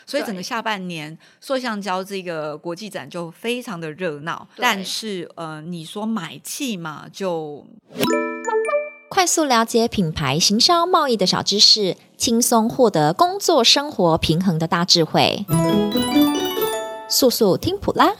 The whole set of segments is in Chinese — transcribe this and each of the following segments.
所以整个下半年塑橡胶这个国际展就非常的热闹，但是你说买气嘛，就快速了解品牌行销贸易的小知识，轻松获得工作生活平衡的大智慧。速速听普拉，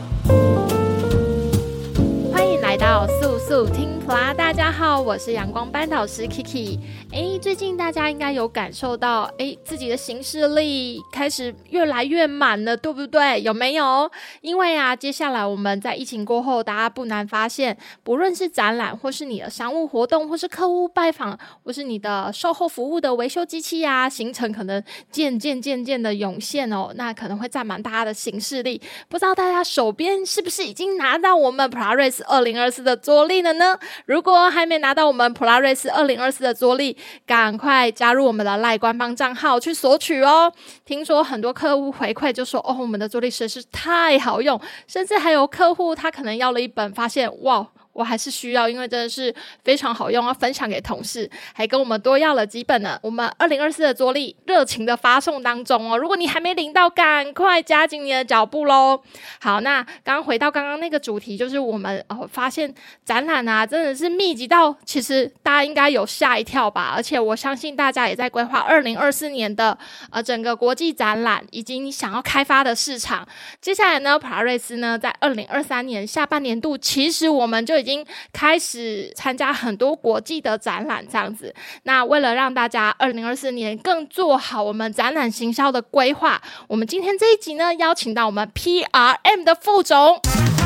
欢迎来到速速听普拉。大家好，我是阳光班导师 Kiki。最近大家应该有感受到，自己的行事历开始越来越满了，对不对？有没有？因为接下来我们在疫情过后，大家不难发现，不论是展览，或是你的商务活动，或是客户拜访，或是你的售后服务的维修机器行程可能渐渐的涌现哦，那可能会占满大家的行事历。不知道大家手边是不是已经拿到我们 Polaris 2024的桌历了呢？如果还没拿到我们 Polaris 2024的桌历，赶快加入我们的 LINE 官方账号去索取哦。听说很多客户回馈就说，我们的桌历实在是太好用，甚至还有客户他可能要了一本，发现哇，我还是需要，因为真的是非常好用，要分享给同事，还跟我们多要了几本呢。我们2024的桌历热情的发送当中哦，如果你还没领到，赶快加紧你的脚步咯。好，那刚回到刚刚那个主题，就是我们发现展览真的是密集到，其实大家应该有吓一跳吧。而且我相信大家也在规划2024年的整个国际展览以及你想要开发的市场。接下来呢，普拉瑞斯呢在2023年下半年度，其实我们就已经开始参加很多国际的展览这样子。那为了让大家2024年更做好我们展览行销的规划，我们今天这一集呢，邀请到我们 PRM 的副总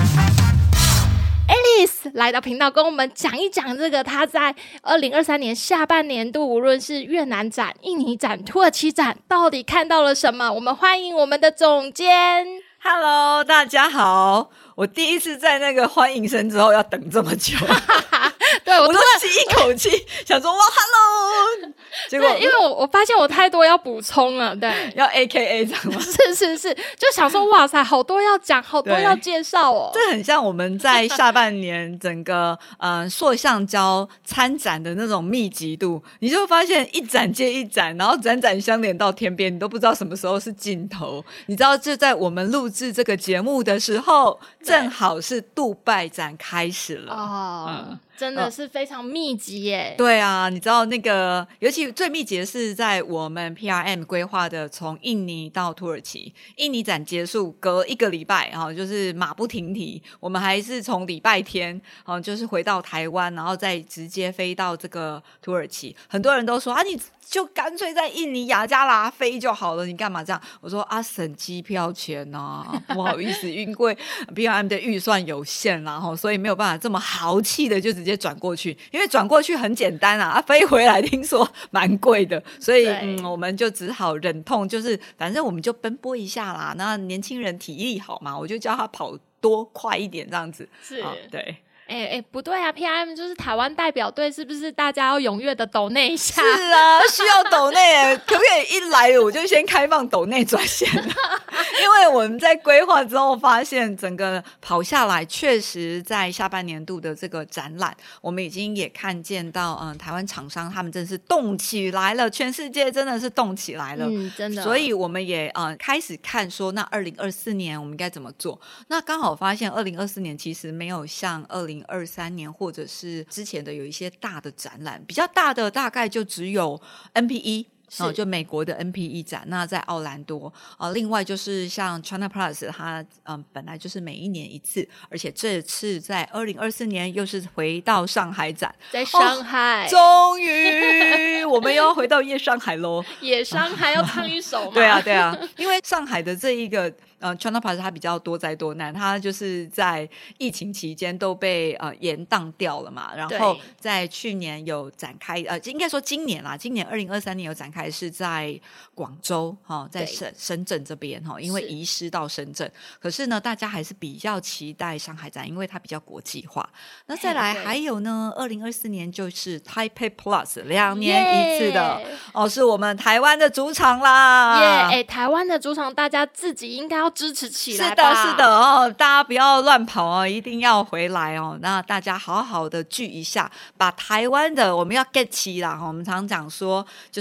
Alice 来到频道跟我们讲一讲这个他在2023年下半年度，无论是越南展、印尼展、土耳其展，到底看到了什么。我们欢迎我们的总监。 Hello， 大家好。我第一次在那个欢迎声之后要等这么久对，我都吸一口气想说哇 Hello， 结果因为我发现我太多要补充了，对， 要 AKA 这样吗？ 是，就想说哇塞，好多要讲，好多要介绍哦。 这很像我们在下半年整个塑橡胶参展的那种密集度，你就会发现一展接一展，然后展展相连到天边，你都不知道什么时候是尽头。你知道就在我们录制这个节目的时候，正好是杜拜展开始了真的是非常密集耶。 对啊，你知道那个尤其最密集的是在我们 PRM 规划的从印尼到土耳其，印尼展结束隔1个礼拜就是马不停蹄，我们还是从礼拜天就是回到台湾，然后再直接飞到这个土耳其。很多人都说你就干脆在印尼雅加达飞就好了，你干嘛这样？我说省机票钱不好意思，因为 PRM 的预算有限所以没有办法这么豪气的就直接转过去，因为转过去很简单飞回来听说蛮贵的，所以我们就只好忍痛，就是反正我们就奔波一下啦。那年轻人体力好嘛，我就叫他跑多快一点这样子。 是对。 不对啊 PRM 就是台湾代表队，是不是大家要踊跃的抖内一下？ 是啊，需要抖内可不可以一来我就先开放抖内专线因为我们在规划之后发现整个跑下来，确实在下半年度的这个展览，我们已经也看见到台湾厂商他们真是动起来了，全世界真的是动起来了， 真的。 所以我们也开始看说那2024年我们该怎么做。那刚好发现2024年其实没有像2023年或者是之前的有一些大的展览，比较大的大概就只有 NPE就美国的 NPE 展，那在奥兰多另外就是像 China Plus 它本来就是每一年一次，而且这次在2024年又是回到上海展， 在上海终于我们又要回到夜上海咯夜上海要唱一首嘛对啊，因为上海的这一个China Plus 它比较多灾多难，它就是在疫情期间都被延宕掉了嘛，然后在去年有展开应该说今年2023年有展开是在广州在深圳这边因为移师到深圳，可是呢大家还是比较期待上海展，因为它比较国际化。那再来还有呢2024年就是 Taipei Plus 2年一次的是我们台湾的主场啦台湾的主场大家自己应该要支持起来吧。 是的大家不要乱跑一定要回来那大家好好的聚一下，把台湾的我们要 get 齐啦我们常讲说就是要集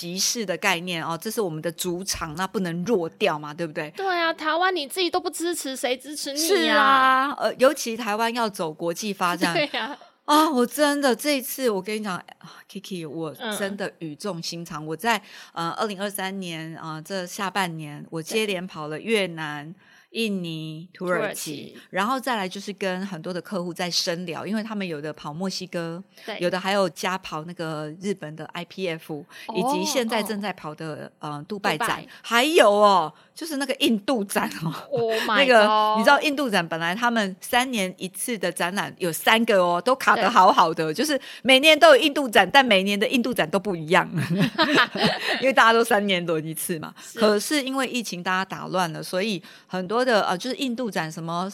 习式的概念哦，这是我们的主场，那不能弱掉嘛，对不对？ 对啊，台湾你自己都不支持，谁支持你是啊，尤其台湾要走国际发展， 对啊。 我真的这一次我跟你讲，Kiki， 我真的语重心长。我在2023年这下半年，我接连跑了越南、印尼、土耳其，然后再来就是跟很多的客户在深聊，因为他们有的跑墨西哥，有的还有加跑那个日本的 IPF，以及现在正在跑的杜拜展，还有就是那个印度展 Oh my 那个你知道印度展本来他们3年一次的展览有3个都卡得好好的，就是每年都有印度展，但每年的印度展都不一样因为大家都3年轮一次嘛。可是因为疫情大家打乱了，所以很多的就是印度展什么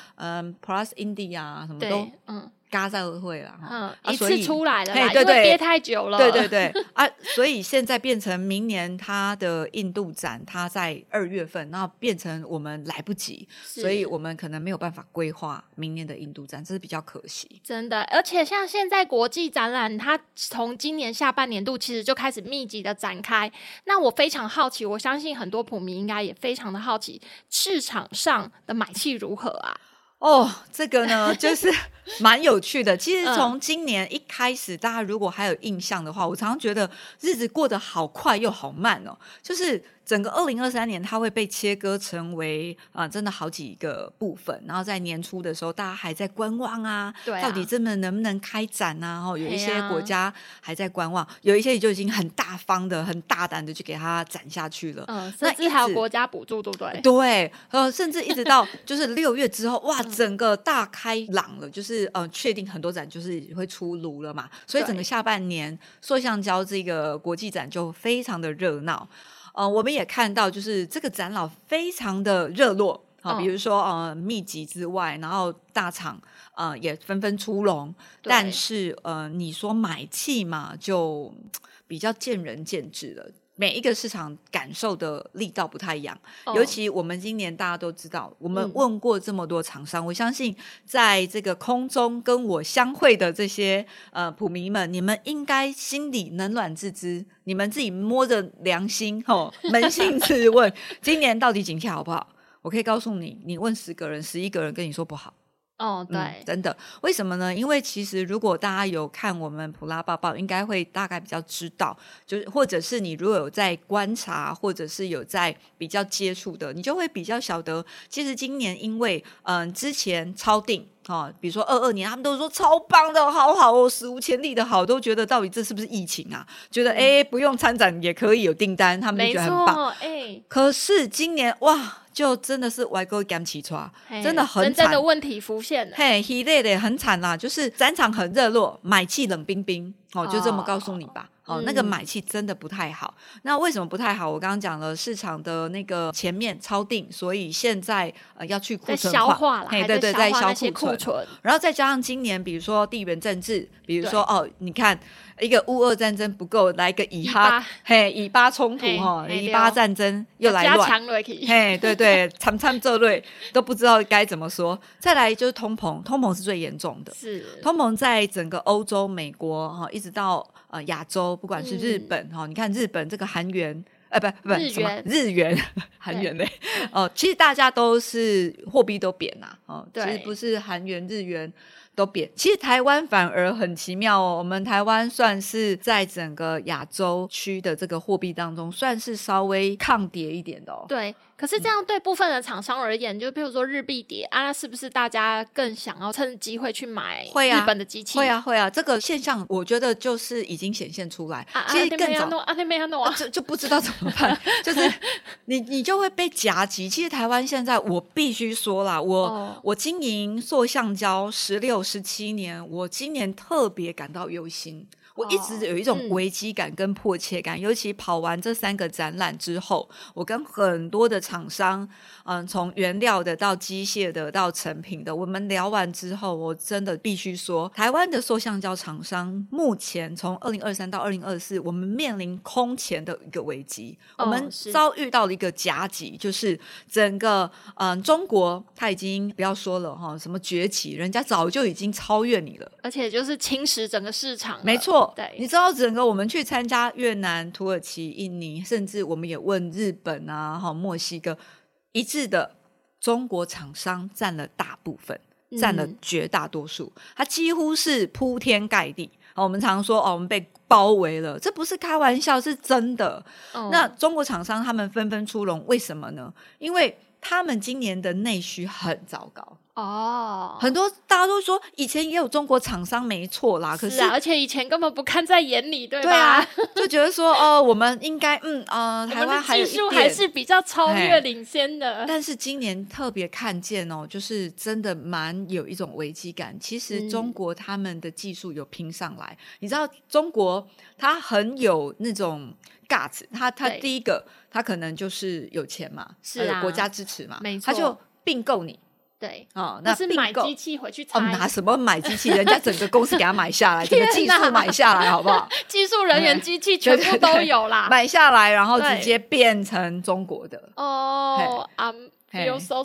Plus India 什么都嘎在会啦， 一次出来了啦， 对对， 因为憋太久了， 对所以现在变成明年它的印度展，它在2月份，然后变成我们来不及，所以我们可能没有办法规划明年的印度展，这是比较可惜。 真的，而且像现在国际展览，它从今年下半年度其实就开始密集的展开。那我非常好奇，我相信很多普迷应该也非常的好奇，市场上的买气如何啊？ 这个呢就是蛮有趣的。其实从今年一开始，大家如果还有印象的话，我常常觉得日子过得好快又好慢就是整个2023年它会被切割成为真的好几个部分，然后在年初的时候大家还在观望到底真的能不能开展有一些国家还在观望，有一些就已经很大方的很大胆的就给它展下去了， 甚至还有国家补助，对不对？ 对，甚至一直到就是6月之后哇，整个大开朗了，就是确定很多展就是会出炉了嘛，所以整个下半年塑橡胶这个国际展就非常的热闹。我们也看到就是这个展览非常的热络，比如说密集之外，然后大厂也纷纷出笼，但是你说买气嘛就比较见仁见智了，每一个市场感受的力道不太一样，尤其我们今年大家都知道，我们问过这么多厂商，我相信在这个空中跟我相会的这些普迷们，你们应该心里冷暖自知，你们自己摸着良心扪心自问今年到底景气好不好？我可以告诉你，你问10个人11个人跟你说不好。 对， 真的，为什么呢？因为其实如果大家有看我们普拉抱抱，应该会大概比较知道，就是或者是你如果有在观察，或者是有在比较接触的，你就会比较晓得，其实今年因为之前超定比如说22年他们都说超棒的，好好史无前例的好，都觉得到底这是不是疫情啊？觉得不用参展也可以有订单，他们就觉得很棒。可是今年哇，就真的是外国赶起抓，真的很惨， 真正的问题浮现了。 一类的很惨啦，就是展场很热络，买气冷冰冰，就这么告诉你吧。那个买气真的不太好。那为什么不太好？我刚刚讲了，市场的那个前面超定，所以现在要去库存消化了， 对，在消库存， 然后再加上今年比如说地缘政治，比如说你看一个乌俄战争不够，来一个以巴冲突以巴战争又来乱，对，参这类都不知道该怎么说。再来就是通膨是最严重的，是通膨在整个欧洲、美国一直到亚洲，不管是日本你看日本这个韩元日元韩元嘞其实大家都是货币都贬其实不是韩元日元都贬。其实台湾反而很奇妙我们台湾算是在整个亚洲区的这个货币当中算是稍微抗跌一点的对，可是这样对部分的厂商而言，就譬如说日币跌那是不是大家更想要趁机会去买日本的机器？ 会啊，这个现象我觉得就是已经显现出来。其实更早就不知道怎么办就是你就会被夹击。其实台湾现在我必须说啦，我经营塑橡胶16、17年，我今年特别感到忧心。我一直有一种危机感跟迫切感，尤其跑完这3个展览之后，我跟很多的厂商从原料的到机械的到成品的，我们聊完之后，我真的必须说，台湾的塑橡胶厂商目前从2023到2024，我们面临空前的一个危机，我们遭遇到了一个夹击，就是整个中国它已经不要说了什么崛起，人家早就已经超越你了， 而且就是侵蚀整个市场了。 没错， 错， 对， 你知道整个我们去参加越南、土耳其、印尼，甚至我们也问日本啊、墨西哥，一致的中国厂商占了大部分，占了绝大多数，它几乎是铺天盖地。我们常说我们被包围了，这不是开玩笑，是真的。那中国厂商他们纷纷出笼，为什么呢？因为他们今年的内需很糟糕。很多大家都说以前也有中国厂商没错啦，可是而且以前根本不看在眼里，对吧？ 对啊，就觉得说我们应该台湾还有一点技术还是比较超越领先的。 但是今年特别看见就是真的蛮有一种危机感。其实中国他们的技术有拼上来，你知道中国他很有那种 guts， 他第一个他可能就是有钱嘛， 是啊， 有国家支持嘛， 没错， 他就并购你。 对， 那是买机器回去拆， 拿什么买机器？人家整个公司给他买下来，整个技术买下来，好不好？ 技术人员、机器全部都有啦， 买下来，然后直接变成中国的。 feel so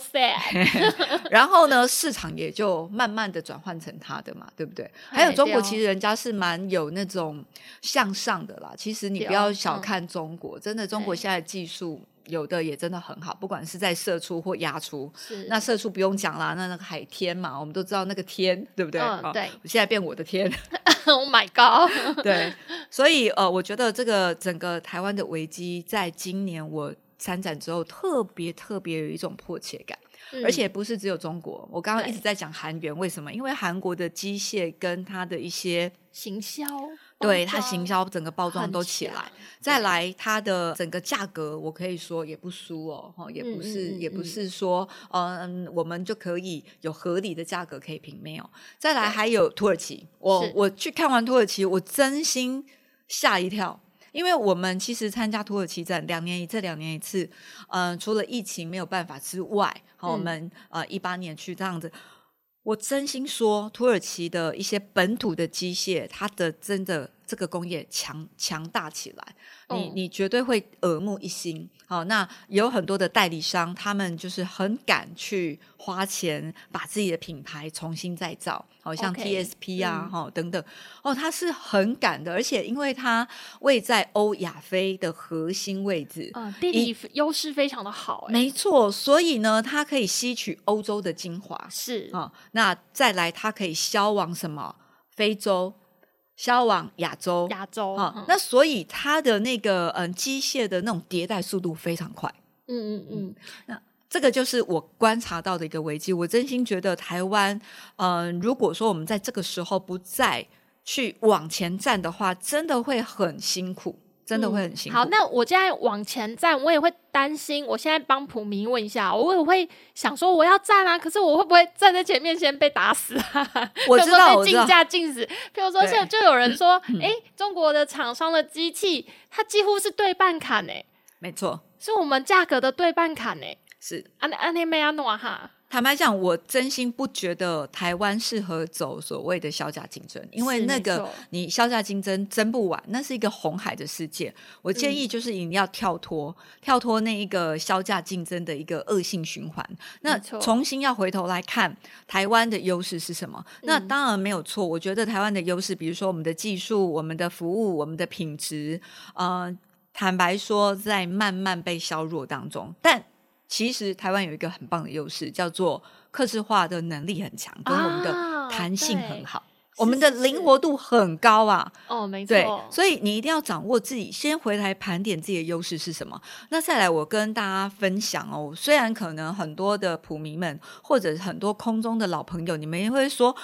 sad 然后呢，市场也就慢慢的转换成他的嘛，对不对？还有中国其实人家是蛮有那种向上的啦。其实你不要小看中国，真的，中国现在的技术有的也真的很好，不管是在射出或压出。那射出不用讲啦，那个海天嘛，我们都知道那个天，对不对？ 对， 我现在变我的天 Oh my god 对，所以我觉得这个整个台湾的危机在今年我参展之后特别有一种迫切感。而且不是只有中国，我刚刚一直在讲韩元，为什么？因为韩国的机械跟它的一些行销， 对，它行销整个包装都起来，再来它的整个价格，我可以说也不输也不是说我们就可以有合理的价格可以评，没有。再来还有土耳其，我去看完土耳其，我真心吓一跳。因为我们其实参加土耳其展这2年一次，除了疫情没有办法之外，我们18年去这样子，我真心说，土耳其的一些本土的机械，它的真的这个工业强大起来，你绝对会耳目一新。那有很多的代理商，他们就是很敢去花钱把自己的品牌重新再造，好像 TSP 啊等等他是很敢的，而且因为它位在欧亚非的核心位置， 地理优势非常的好， 没错，所以呢它可以吸取欧洲的精华， 是那再来它可以销往什么非洲，销往亚洲，那所以它的那个机械的那种迭代速度非常快。那这个就是我观察到的一个危机。我真心觉得台湾如果说我们在这个时候不再去往前站的话，真的会很辛苦，真的会很辛苦。 好，那我现在往前站，我也会担心，我现在帮普民问一下，我也会想说我要站啊，可是我会不会站在前面先被打死啊？ 我知道， 被竞价禁死。譬如说现在就有人说中国的厂商的机器它几乎是对半砍没错， 是我们价格的对半砍是安内梅亚诺哈。 坦白讲，我真心不觉得台湾适合走所谓的销价竞争，因为那个你销价竞争争不完，那是一个红海的世界。我建议就是你要跳脱那一个销价竞争的一个恶性循环，那重新要回头来看台湾的优势是什么。那当然没有错，我觉得台湾的优势，比如说我们的技术、我们的服务、我们的品质，坦白说在慢慢被削弱当中，但其实台湾有一个很棒的优势，叫做客制化的能力很强，跟我们的弹性很好，我们的灵活度很高啊。 没错。 对，所以你一定要掌握自己，先回来盘点自己的优势是什么。那再来，我跟大家分享虽然可能很多的普迷们或者很多空中的老朋友，你们也会说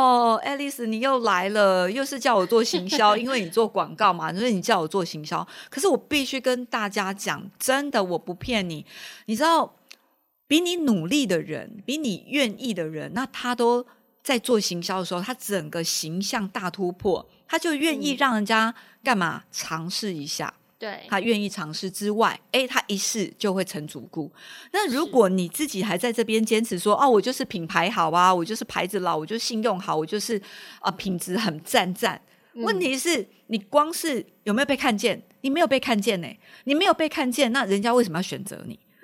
Alice 你又来了，又是叫我做行销，因为你做广告嘛，所以你叫我做行销。可是我必须跟大家讲，真的我不骗你，你知道比你努力的人，比你愿意的人，那他都在做行销的时候，他整个形象大突破，他就愿意让人家干嘛尝试一下。 对， 他愿意尝试之外，他一试就会成主顾。那如果你自己还在这边坚持说我就是品牌好啊，我就是牌子老，我就是信用好，我就是品质很赞，问题是你光是有没有被看见？你没有被看见你没有被看见，那人家为什么要选择你？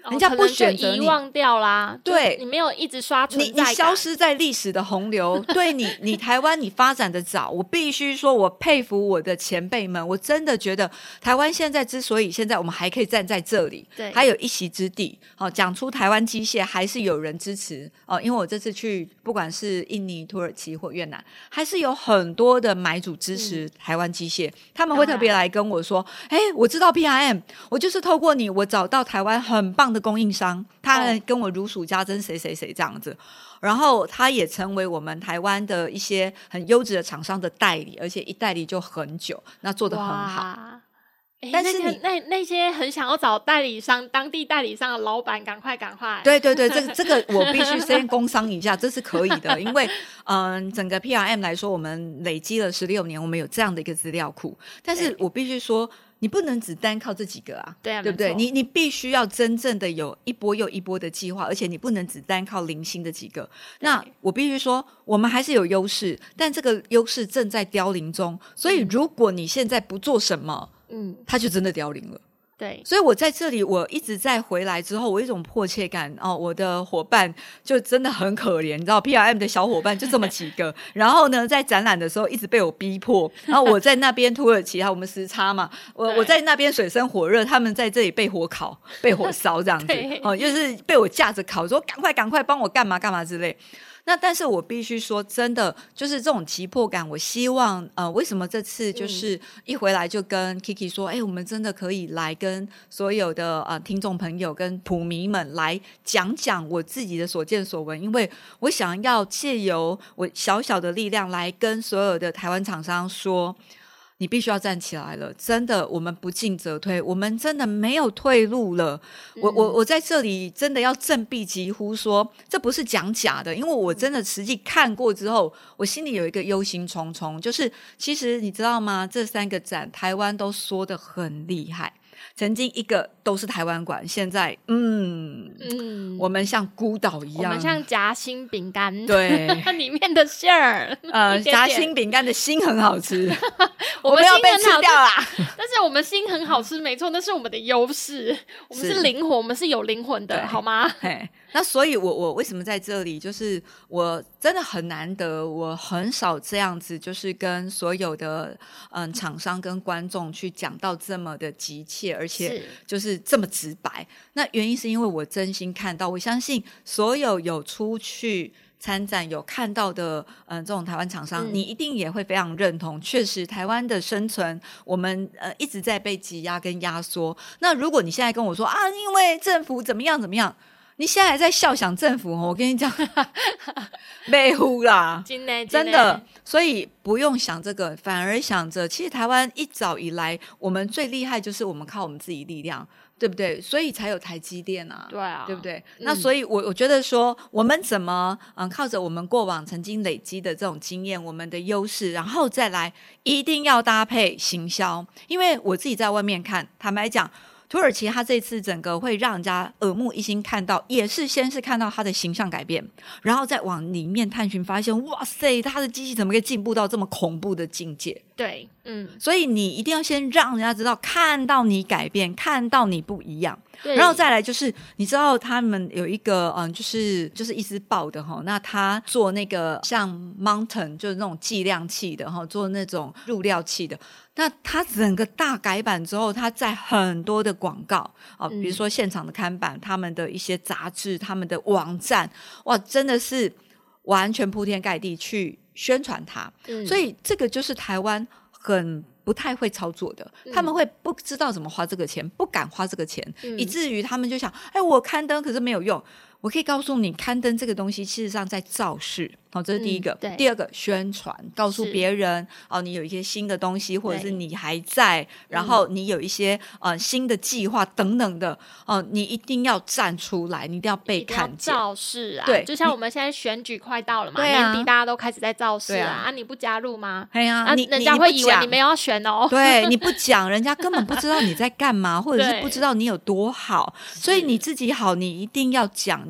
人家不选择可能就遗忘掉啦， 对， 你没有一直刷存在感， 你消失在历史的洪流。对你台湾你发展的早，我必须说我佩服我的前辈们，我真的觉得台湾现在之所以现在我们还可以站在这里， 对， 还有一席之地，讲出台湾机械还是有人支持因为我这次去不管是印尼、土耳其或越南，还是有很多的买主支持台湾机械，他们会特别来跟我说我知道 PRM， 我就是透过你我找到台湾很棒的供应商，他跟我如数家珍谁谁谁这样子，然后他也成为我们台湾的一些很优质的厂商的代理，而且一代理就很久，那做得很好。 但是那些很想要找代理商、当地代理商的老板，赶快！ 对，这个我必须先工商一下，这是可以的，因为整个 PRM 来说，我们累积了16年，我们有这样的一个资料库。但是我必须说，你不能只单靠这几个啊， 对不对？你必须要真正的有一波又一波的计划，而且你不能只单靠零星的几个。那我必须说，我们还是有优势，但这个优势正在凋零中。所以，如果你现在不做什么，它就真的凋零了。 对， 所以我在这里，我一直在回来之后，我有一种迫切感我的伙伴就真的很可怜，你知道 PRM 的小伙伴就这么几个，然后呢，在展览的时候一直被我逼迫，然后我在那边土耳其，我们时差嘛，我在那边水深火热，他们在这里被火烤、被火烧这样子，就是被我架着烤，说赶快帮我干嘛干嘛之类。那但是我必须说真的就是这种急迫感，我希望为什么这次就是一回来就跟 Kiki 说我们真的可以来跟所有的听众朋友跟普迷们来讲讲我自己的所见所闻，因为我想要借由我小小的力量来跟所有的台湾厂商说，你必须要站起来了，真的我们不进则退，我们真的没有退路了。我在这里真的要振臂疾呼说，这不是讲假的，因为我真的实际看过之后，我心里有一个忧心忡忡，就是其实你知道吗，这3个展台湾都说得很厉害，曾经一个都是台湾馆，现在我们像孤岛一样， 我们像夹心饼干， 对里面的馅儿夹心饼干的心很好吃我们要被吃掉啦但是我们心很好吃没错，那是我们的优势，我们是灵魂，我们是有灵魂的好吗？ 那所以我为什么在这里，就是我真的很难得，我很少这样子就是跟所有的厂商跟观众去讲到这么的急切，而且就是这么直白。那原因是因为我真心看到，我相信所有有出去参展有看到的这种台湾厂商，你一定也会非常认同，确实台湾的生存我们一直在被挤压跟压缩。那如果你现在跟我说因为政府怎么样怎么样，你现在还在笑想政府我跟你讲没呼啦，真的。所以不用想这个，反而想着其实台湾一早以来我们最厉害就是我们靠我们自己力量，对不对？所以才有台积电啊， 对啊， 对不对？那所以我觉得说我们怎么靠着我们过往曾经累积的这种经验，我们的优势，然后再来一定要搭配行销。因为我自己在外面看，坦白讲土耳其它这次整个会让人家耳目一新，看到也是先是看到它的形象改变，然后再往里面探寻，发现哇塞，它的机器怎么可以进步到这么恐怖的境界？ 对， 所以你一定要先让人家知道，看到你改变，看到你不一样。然后再来就是你知道他们有一个就是一只豹的那他做那个像 Mountain 就是那种计量器的做那种入料器的，那他整个大改版之后，他在很多的广告比如说现场的看板，他们的一些杂志，他们的网站，哇，真的是完全铺天盖地去宣传它。所以这个就是台湾很不太会操作的，他们会不知道怎么花这个钱，不敢花这个钱，以至于他们就想我刊登可是没有用。我可以告诉你，刊登这个东西事实上在造势，这是第一个。第二个，宣传，告诉别人你有一些新的东西，或者是你还在，然后你有一些新的计划等等的你一定要站出来，你一定要被看见， 造势啊。 对， 就像我们现在选举快到了嘛， 年底大家都开始在造势你不加入吗？ 人家会以为你没有要选对，你不讲，人家根本不知道你在干嘛，或者是不知道你有多好。所以你自己好，你一定要讲，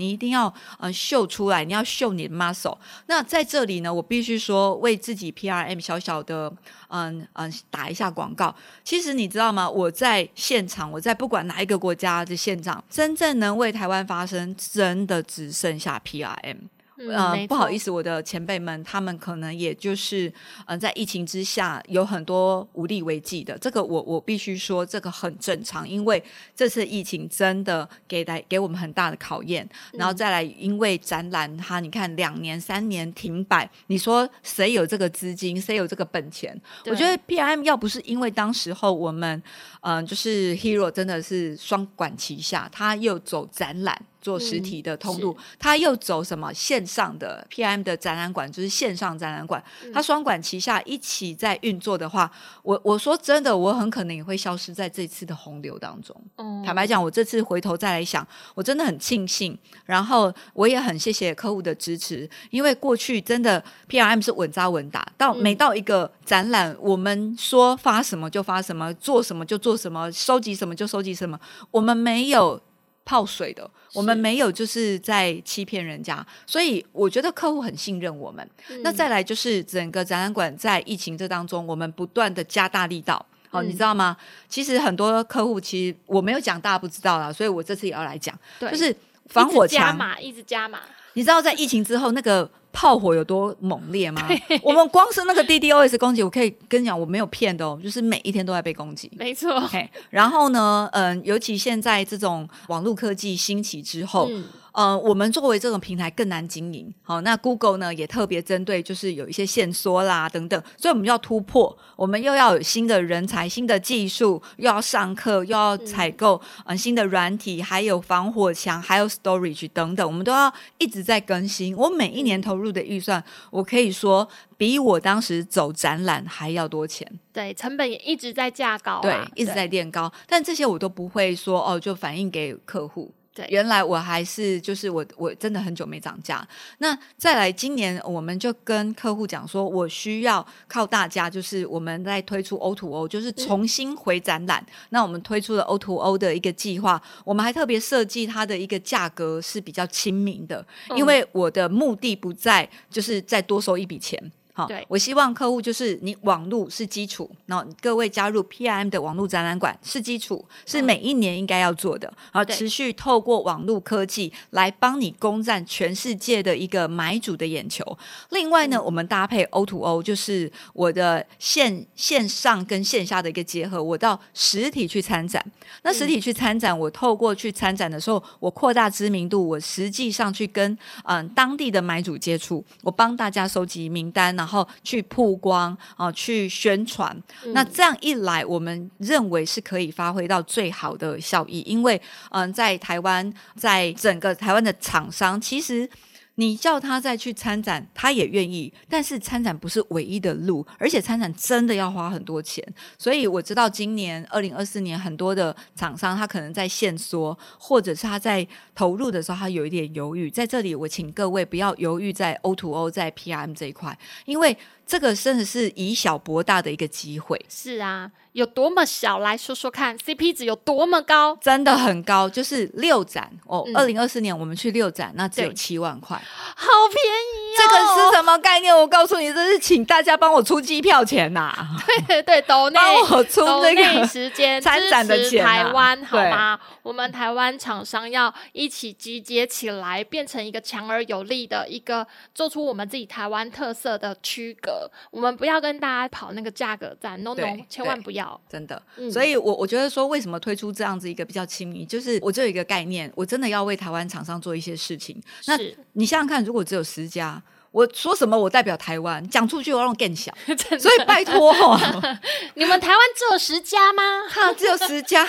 你一定要秀出来，你要秀你的 muscle。那在这里呢，我必须说为自己 PRM 小小的打一下广告。其实你知道吗？我在现场，我在不管哪一个国家的现场，真正能为台湾发声，真的只剩下 PRM。不好意思，我的前辈们，他们可能也就是在疫情之下有很多无力为继的，这个我必须说，这个很正常，因为这次疫情真的给我们很大的考验，然后再来因为展览它你看2年3年停摆，你说谁有这个资金，谁有这个本钱？我觉得 PRM 要不是因为当时候我们就是 Hero 真的是双管齐下，他又走展览做实体的通路，他又走什么线上的 PRM 的展览馆，就是线上展览馆，他双管齐下一起在运作的话，我说真的，我很可能也会消失在这次的洪流当中。坦白讲，我这次回头再来想，我真的很庆幸，然后我也很谢谢客户的支持，因为过去真的 PRM 是稳扎稳打，每到一个展览，我们说发什么就发什么，做什么就做什么，收集什么就收集什么，我们没有泡水的，我们没有就是在欺骗人家，所以我觉得客户很信任我们。那再来就是整个展览馆在疫情这当中，我们不断的加大力道。你知道吗？其实很多客户其实我没有讲，大家不知道啦，所以我这次也要来讲，就是防火墙一直加码。 你知道在疫情之后那个炮火有多猛烈吗？我们光是那个 DDoS 攻击，我可以跟你讲，我没有骗的就是每一天都在被攻击。 没错。 然后呢，尤其现在这种网络科技兴起之后，我们作为这种平台更难经营。好，那 Google 呢也特别针对，就是有一些限缩啦等等，所以我们要突破，我们又要有新的人才、新的技术，又要上课，又要采购新的软体，还有防火墙，还有 storage 等等，我们都要一直在更新。我每一年投入的预算，我可以说比我当时走展览还要多钱。 对，成本也一直在价高对，一直在垫高，但这些我都不会说就反映给客户。对，原来我还是就是我真的很久没涨价。那再来今年我们就跟客户讲说，我需要靠大家，就是我们在推出 O2O， 就是重新回展览。那我们推出了 O2O 的一个计划，我们还特别设计它的一个价格是比较亲民的，因为我的目的不在就是再多收一笔钱。好，我希望客户就是你网路是基础，然后各位加入 PRM 的网路展览馆是基础，是每一年应该要做的，然后持续透过网路科技来帮你攻占全世界的一个买主的眼球。另外呢，我们搭配 O2O， 就是我的线上跟线下的一个结合，我到实体去参展。那实体去参展，我透过去参展的时候，我扩大知名度，我实际上去跟当地的买主接触，我帮大家收集名单，然后去曝光去宣传。那这样一来，我们认为是可以发挥到最好的效益，因为在台湾，在整个台湾的厂商，其实你叫他再去参展他也愿意，但是参展不是唯一的路，而且参展真的要花很多钱。所以我知道今年2024年很多的厂商他可能在限缩，或者是他在投入的时候他有一点犹豫。在这里我请各位不要犹豫在 O2O 在 PRM 这一块，因为这个真的是以小博大的一个机会。 是啊，有多么小？来说说看 CP 值有多么高？ 真的很高，就是6展2024年我们去6展，那只有7万块， 好便宜这个是什么概念？我告诉你，这是请大家帮我出机票钱呐。 对对，抖内帮我出那个时间参展的钱台湾好吗？我们台湾厂商要一起集结起来，变成一个强而有力的一个，做出我们自己台湾特色的区隔。我们不要跟大家跑那个价格战 ，no， 千万不要， 真的。所以我觉得说，为什么推出这样子一个比较亲民，就是我这有一个概念，我真的要为台湾厂商做一些事情。那你想想看，如果只有10家。我说什么我代表台湾讲出去我让更小所以拜托你们台湾只有10家吗？ 只有10家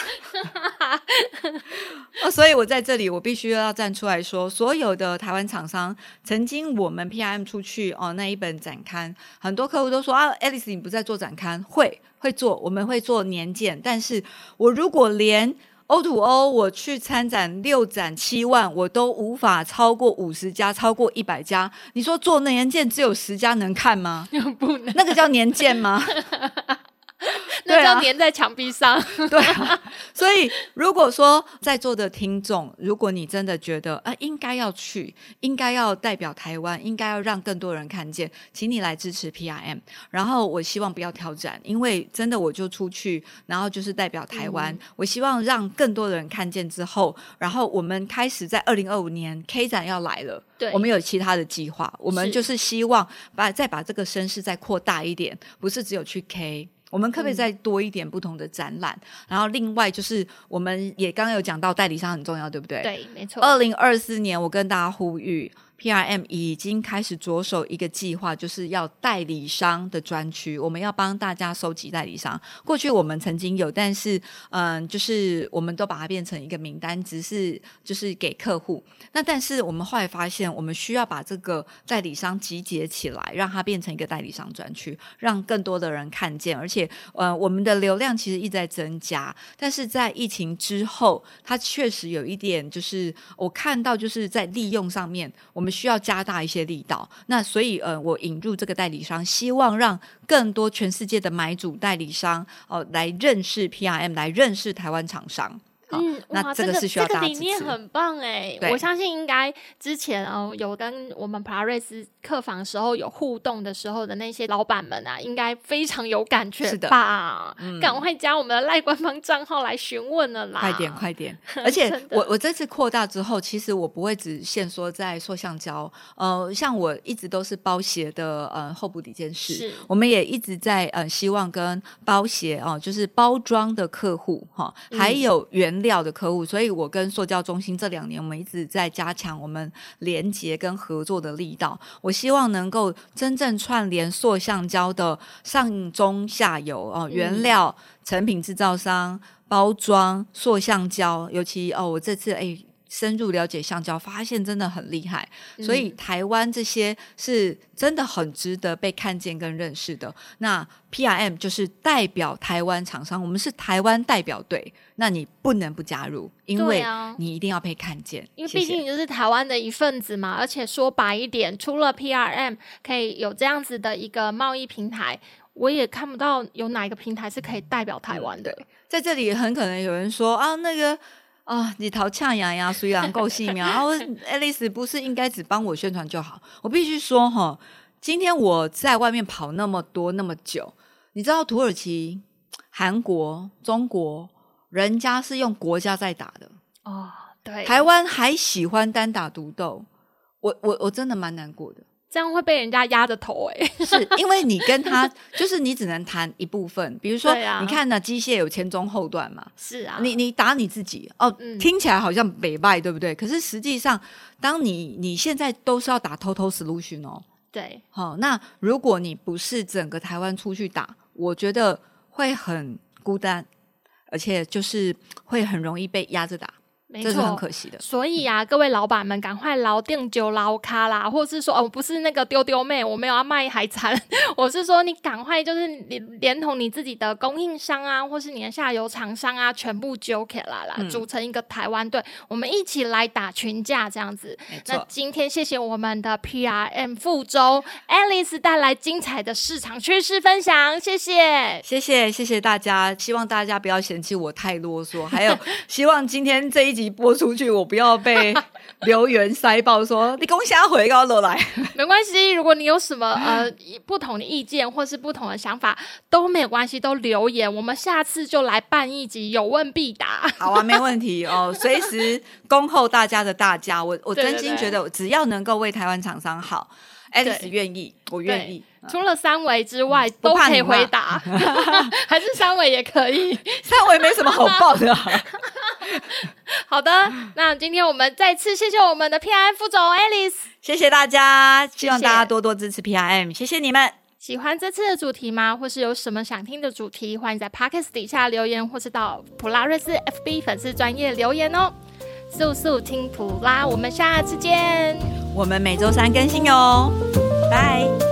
所以我在这里我必须要站出来说，所有的台湾厂商曾经我们 PRM 出去那一本展刊，很多客户都说Alice 你不在做展刊，会做，我们会做年鉴，但是我如果连O2O 我去参展6展7万，我都无法超过50家，超过100家。你说做年鉴只有10家能看吗？ 不能， 那个叫年鉴吗？ 那叫粘在墙壁上。 对啊，所以如果说在座的听众，如果你真的觉得应该要去，应该要代表台湾，应该要让更多人看见，请你来支持 PRM。然后我希望不要挑战，因为真的我就出去，然后就是代表台湾。我希望让更多的人看见之后，然后我们开始在2025年 K 展要来了。 对， 我们有其他的计划，我们就是希望再把这个声势再扩大一点，不是只有去 K。我们可不可以再多一点不同的展览？然后另外就是我们也刚刚有讲到代理商很重要，对不对？ 对，没错。 2024年我跟大家呼吁，PRM 已经开始着手一个计划，就是要代理商的专区，我们要帮大家收集代理商。过去我们曾经有，但是就是我们都把它变成一个名单，只是就是给客户。那但是我们后来发现，我们需要把这个代理商集结起来，让它变成一个代理商专区，让更多的人看见。而且我们的流量其实一直在增加，但是在疫情之后，它确实有一点就是我看到就是在利用上面，我们需要加大一些力道。那所以我引入这个代理商，希望让更多全世界的买主代理商来认识 PRM， 来认识台湾厂商。那这个是需要大家支持。 这个理念很棒哎，我相信应该之前有跟我们普拉瑞斯客房的时候有互动的时候的那些老板们啊，应该非常有感觉吧？赶快加我们的赖官方账号来询问了啦！ 快点！而且我这次扩大之后，其实我不会只限说在塑橡胶，像我一直都是包鞋的候补底件室，我们也一直在希望跟包鞋就是包装的客户还有原料的客户，所以我跟塑胶中心这2年我们一直在加强我们连结跟合作的力道。我希望能够真正串联塑橡胶的上中下游原料、成品制造商、包装、塑橡胶，尤其我这次深入了解橡胶，发现真的很厉害，所以台湾这些是真的很值得被看见跟认识的。那 PRM 就是代表台湾厂商，我们是台湾代表队，那你不能不加入，因为你一定要被看见， 因为毕竟你就是台湾的一份子嘛。而且说白一点，除了 PRM 可以有这样子的一个贸易平台，我也看不到有哪一个平台是可以代表台湾的。 在这里很可能有人说那个你头呛痒呀，虽然够细苗Alice 不是应该只帮我宣传就好？我必须说今天我在外面跑那么多那么久，你知道土耳其、韩国、中国，人家是用国家在打的对， 台湾还喜欢单打独斗，我真的蛮难过的。 这样会被人家压着头是因为你跟他就是你只能谈一部分，比如说你看呢，机械有前中后段嘛， 是啊， 你打你自己听起来好像北败，对不对？可是实际上当你现在都是要打 total solution 对， 那如果你不是整个台湾出去打，我觉得会很孤单，而且就是会很容易被压着打，这是很可惜的。 所以各位老板们赶快捞定酒捞咖啦，或是说我不是那个丢丢妹，我没有要卖海产我是说你赶快就是你连同你自己的供应商啊，或是你的下游厂商啊，全部揪起来啦，组成一个台湾队，我们一起来打群架这样子。那今天谢谢我们的 PRM 副州 Alice 带来精彩的市场趋势分享，谢谢大家，希望大家不要嫌弃我太啰嗦，还有希望今天这一集播出去，我不要被留言塞爆说你讲啥回到落来。 没关系，如果你有什么不同的意见或是不同的想法都没有关系，都留言，我们下次就来办一集有问必答。 好啊，没问题随时恭候大家的大家。我真心觉得只要能够为台湾厂商好，Alice 愿意，我愿意。 除了三维之外都可以回答还是三维也可以三维没什么好报的好的，那今天我们再次谢谢我们的 PRM 副总 Alice， 谢谢大家，希望大家多多支持 PRM， 谢谢你们。 喜欢这次的主题吗？或是有什么想听的主题，欢迎在 Podcast 底下留言，或是到普拉瑞斯 FB 粉丝专页留言哦。速速听普拉，我们下次见。 我们每周3更新哟，拜。